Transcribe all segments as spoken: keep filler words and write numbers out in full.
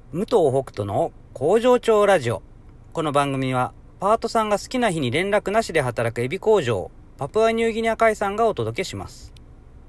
武藤北斗の工場長ラジオ。この番組はパートさんが好きな日に連絡なしで働くエビ工場パプアニューギニア海産がお届けします。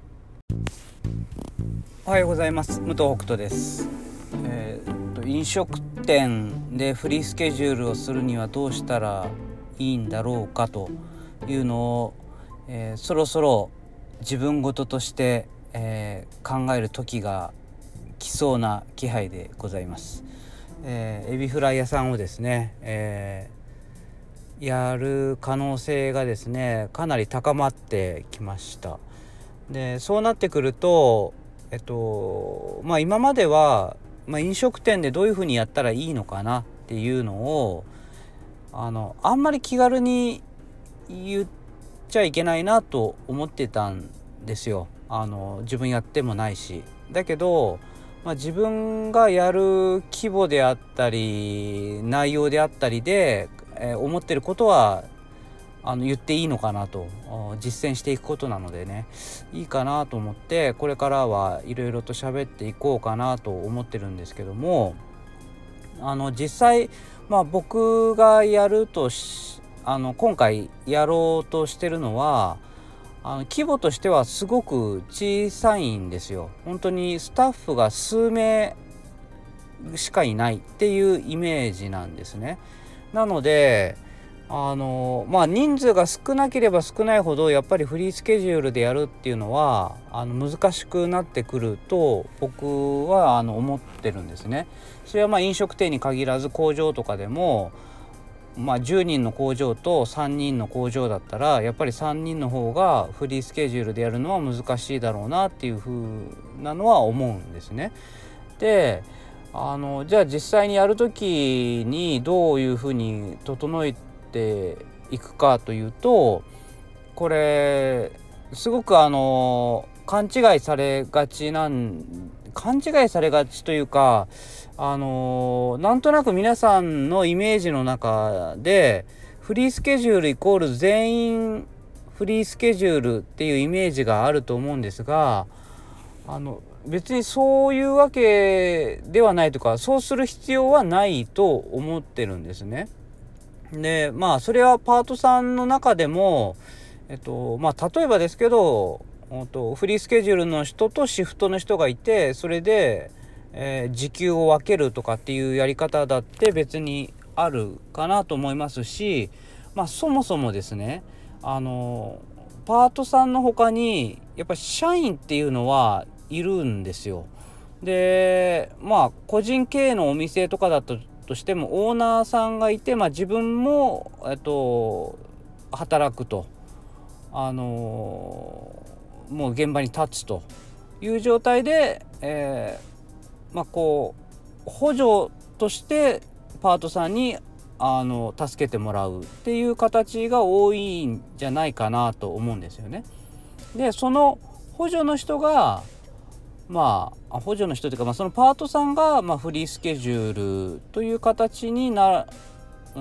おはようございます。武藤北斗です。えー、と飲食店でフリースケジュールをするにはどうしたらいいんだろうかというのを、えー、そろそろ自分事として、えー、考える時が来そうな気配でございます。えー、エビフライ屋さんをですね、えー、やる可能性がですねかなり高まってきました。でそうなってくると、えっとまあ、今までは、まあ、飲食店でどういうふうにやったらいいのかなっていうのをあのあんまり気軽に言っちゃいけないなと思ってたんですよ。あの自分やってもないし。だけどまあ、自分がやる規模であったり内容であったりで、えー、思ってることはあの言っていいのかなと、実践していくことなのでね、いいかなと思ってこれからはいろいろと喋っていこうかなと思ってるんですけども、あの実際、まあ、僕がやるとしあの今回やろうとしてるのはあの規模としてはすごく小さいんですよ。本当にスタッフが数名しかいないっていうイメージなんですね。なのであのまあ人数が少なければ少ないほどやっぱりフリースケジュールでやるっていうのはあの難しくなってくると僕はあの思ってるんですね。それはまあ飲食店に限らず工場とかでもまあ、じゅうにんの工場とさんにんの工場だったらやっぱりさんにんの方がフリースケジュールでやるのは難しいだろうなっていう風なのは思うんですね。であのじゃあ実際にやる時にどういう風に整えていくかというと、これすごくあの勘違いされがちなん勘違いされがちというかあのー、なんとなく皆さんのイメージの中でフリースケジュールイコール全員フリースケジュールっていうイメージがあると思うんですが、あの別にそういうわけではないとか、そうする必要はないと思ってるんですね。でまあそれはパートさんの中でもえっとまあ例えばですけどフリースケジュールの人とシフトの人がいて、それでえー、時給を分けるとかっていうやり方だって別にあるかなと思いますし、まあそもそもですねあのパートさんの他にやっぱり社員っていうのはいるんですよ。でまあ個人経営のお店とかだととしてもオーナーさんがいて、まあ、自分も、えっと、働くとあのもう現場に立つという状態で、えーまあ、こう補助としてパートさんにあの助けてもらうっていう形が多いんじゃないかなと思うんですよね。でその補助の人がまあ補助の人というか、まあ、そのパートさんが、まあ、フリースケジュールという形にな、うん、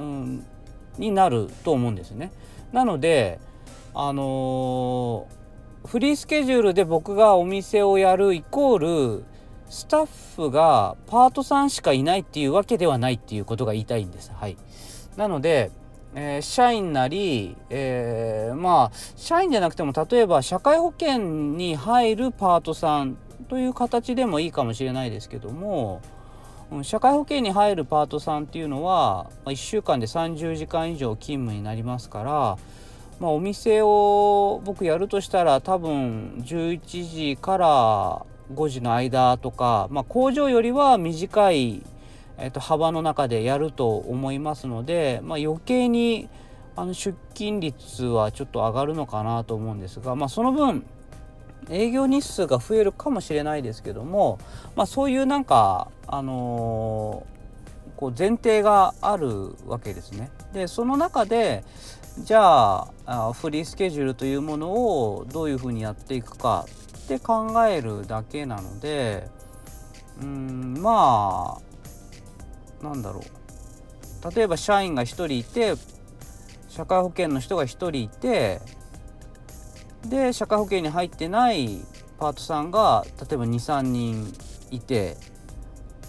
になると思うんですね。なのであのー、フリースケジュールで僕がお店をやるイコールスタッフがパートさんしかいないっていうわけではないっていうことが言いたいんです。はい。なので、えー、社員なり、えー、まあ社員じゃなくても例えば社会保険に入るパートさんという形でもいいかもしれないですけども、社会保険に入るパートさんっていうのはいっしゅうかんでさんじゅうじかん以上勤務になりますから、まあ、お店を僕やるとしたら多分じゅういちじからごじの間とか、まあ、工場よりは短い、えっと、幅の中でやると思いますので、まあ、余計にあの出勤率はちょっと上がるのかなと思うんですが、まあ、その分営業日数が増えるかもしれないですけども、まあ、そういうなんか、あのー、こう前提があるわけですね。でその中でじゃあフリースケジュールというものをどういうふうにやっていくかって考えるだけなので、うーんまあなんだろう、例えば社員がひとりいて社会保険の人がひとりいて、で社会保険に入ってないパートさんが例えば にさんにんいて、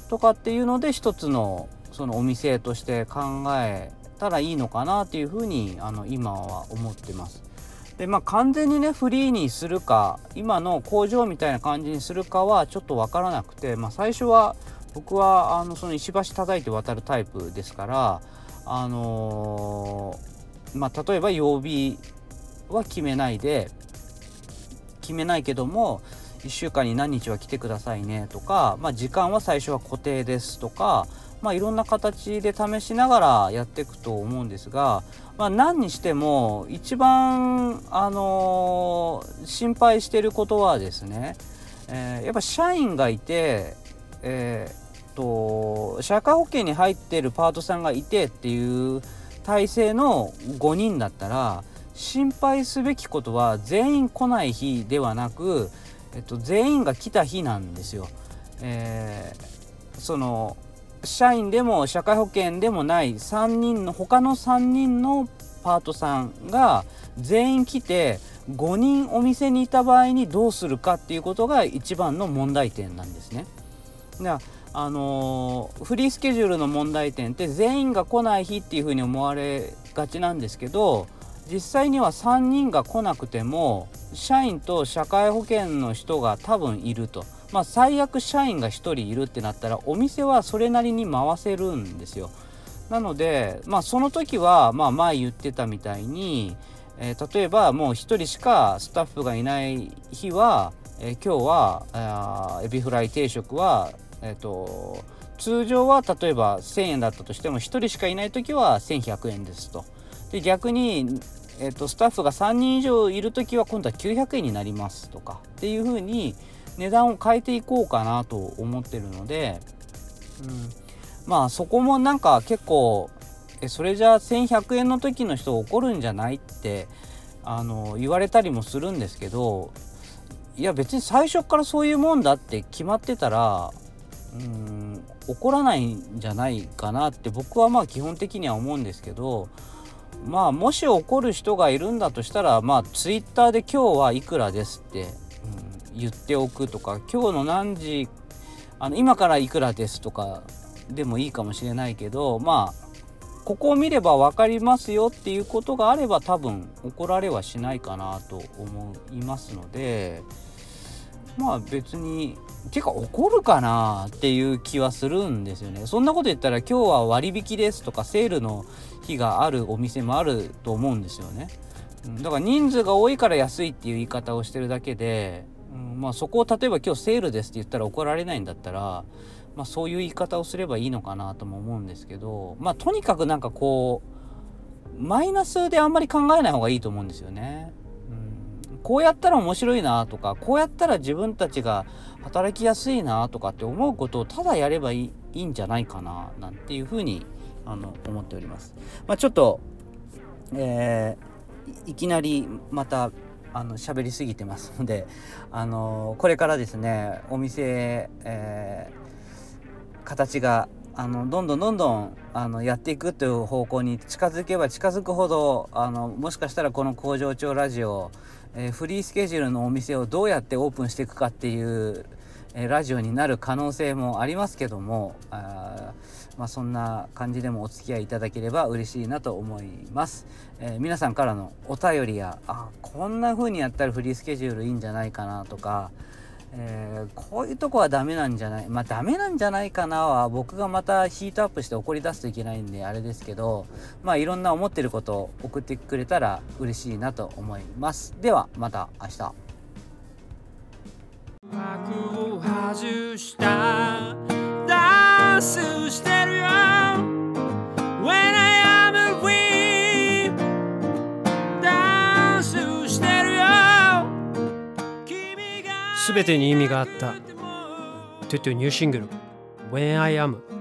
とかっていうので一つのそのお店として考えたらいいのかなっていうふうにあの今は思ってます。でまあ完全にねフリーにするか今の工場みたいな感じにするかはちょっと分からなくて、まあ、最初は僕はあのその石橋叩いて渡るタイプですから、あのー、まあ例えば曜日は決めないで決めないけどもいっしゅうかんに何日は来てくださいねとか、まあ、時間は最初は固定ですとか、まあ、いろんな形で試しながらやっていくと思うんですが、まあ、何にしても一番、あのー、心配していることはですね、えー、やっぱ社員がいて、えー、と社会保険に入っているパートさんがいてっていう体制のごにんだったら心配すべきことは全員来ない日ではなく、えっと、全員が来た日なんですよ。えー、その社員でも社会保険でもないさんにんの他のさんにんのパートさんが全員来てごにんお店にいた場合にどうするかっていうことが一番の問題点なんですね。だあのー、フリースケジュールの問題点って全員が来ない日っていうふうに思われがちなんですけど、実際にはさんにんが来なくても社員と社会保険の人が多分いると、まあ最悪社員がひとりいるってなったらお店はそれなりに回せるんですよ。なのでまあその時はまあ前言ってたみたいに、えー、例えばもうひとりしかスタッフがいない日は、えー、今日はエビフライ定食はえっと通常は例えばせんえんだったとしてもひとりしかいない時はせんひゃくえんですと。で逆に、えっと、スタッフがさんにん以上いる時は今度はきゅうひゃくえんになりますとかっていう風に値段を変えていこうかなと思ってるので、うん、まあそこもなんか結構えそれじゃあせんひゃくえんの時の人怒るんじゃないってあの言われたりもするんですけど、いや別に最初からそういうもんだって決まってたらうん怒らないんじゃないかなって僕はまあ基本的には思うんですけど、まあもし怒る人がいるんだとしたらまあツイッターで今日はいくらですって、うん、言っておくとか、今日の何時あの今からいくらですとかでもいいかもしれないけど、まあここを見れば分かりますよっていうことがあれば多分怒られはしないかなと思いますので、まあ別にてか怒るかなっていう気はするんですよね。そんなこと言ったら今日は割引ですとかセールの日があるお店もあると思うんですよね。だから人数が多いから安いっていう言い方をしてるだけで、うん、まあそこを例えば今日セールですって言ったら怒られないんだったら、まあそういう言い方をすればいいのかなとも思うんですけど、まあとにかくなんかこうマイナスであんまり考えない方がいいと思うんですよね。うん、こうやったら面白いなとか、こうやったら自分たちが働きやすいなとかって思うことをただやればいい、いいんじゃないかななんていうふうにあの思っております。まあ、ちょっと、えー、いきなりまたあの喋りすぎてますので、あのこれからですねお店、えー、形があのどんどんどんどんあのやっていくという方向に近づけば近づくほどあのもしかしたらこの工場長ラジオ、えー、フリースケジュールのお店をどうやってオープンしていくかっていうラジオになる可能性もありますけども、あ、まあ、そんな感じでもお付き合いいただければ嬉しいなと思います。えー、皆さんからのお便りや、あ、こんな風にやったらフリースケジュールいいんじゃないかなとか、えー、こういうとこはダメなんじゃない、まあダメなんじゃないかなは僕がまたヒートアップして怒り出すといけないんであれですけど、まあいろんな思ってることを送ってくれたら嬉しいなと思います。ではまた明日。幕を外したダンスしてるよ When I am free ダンスしてるよすべてに意味があったトゥトゥニューシングル When I am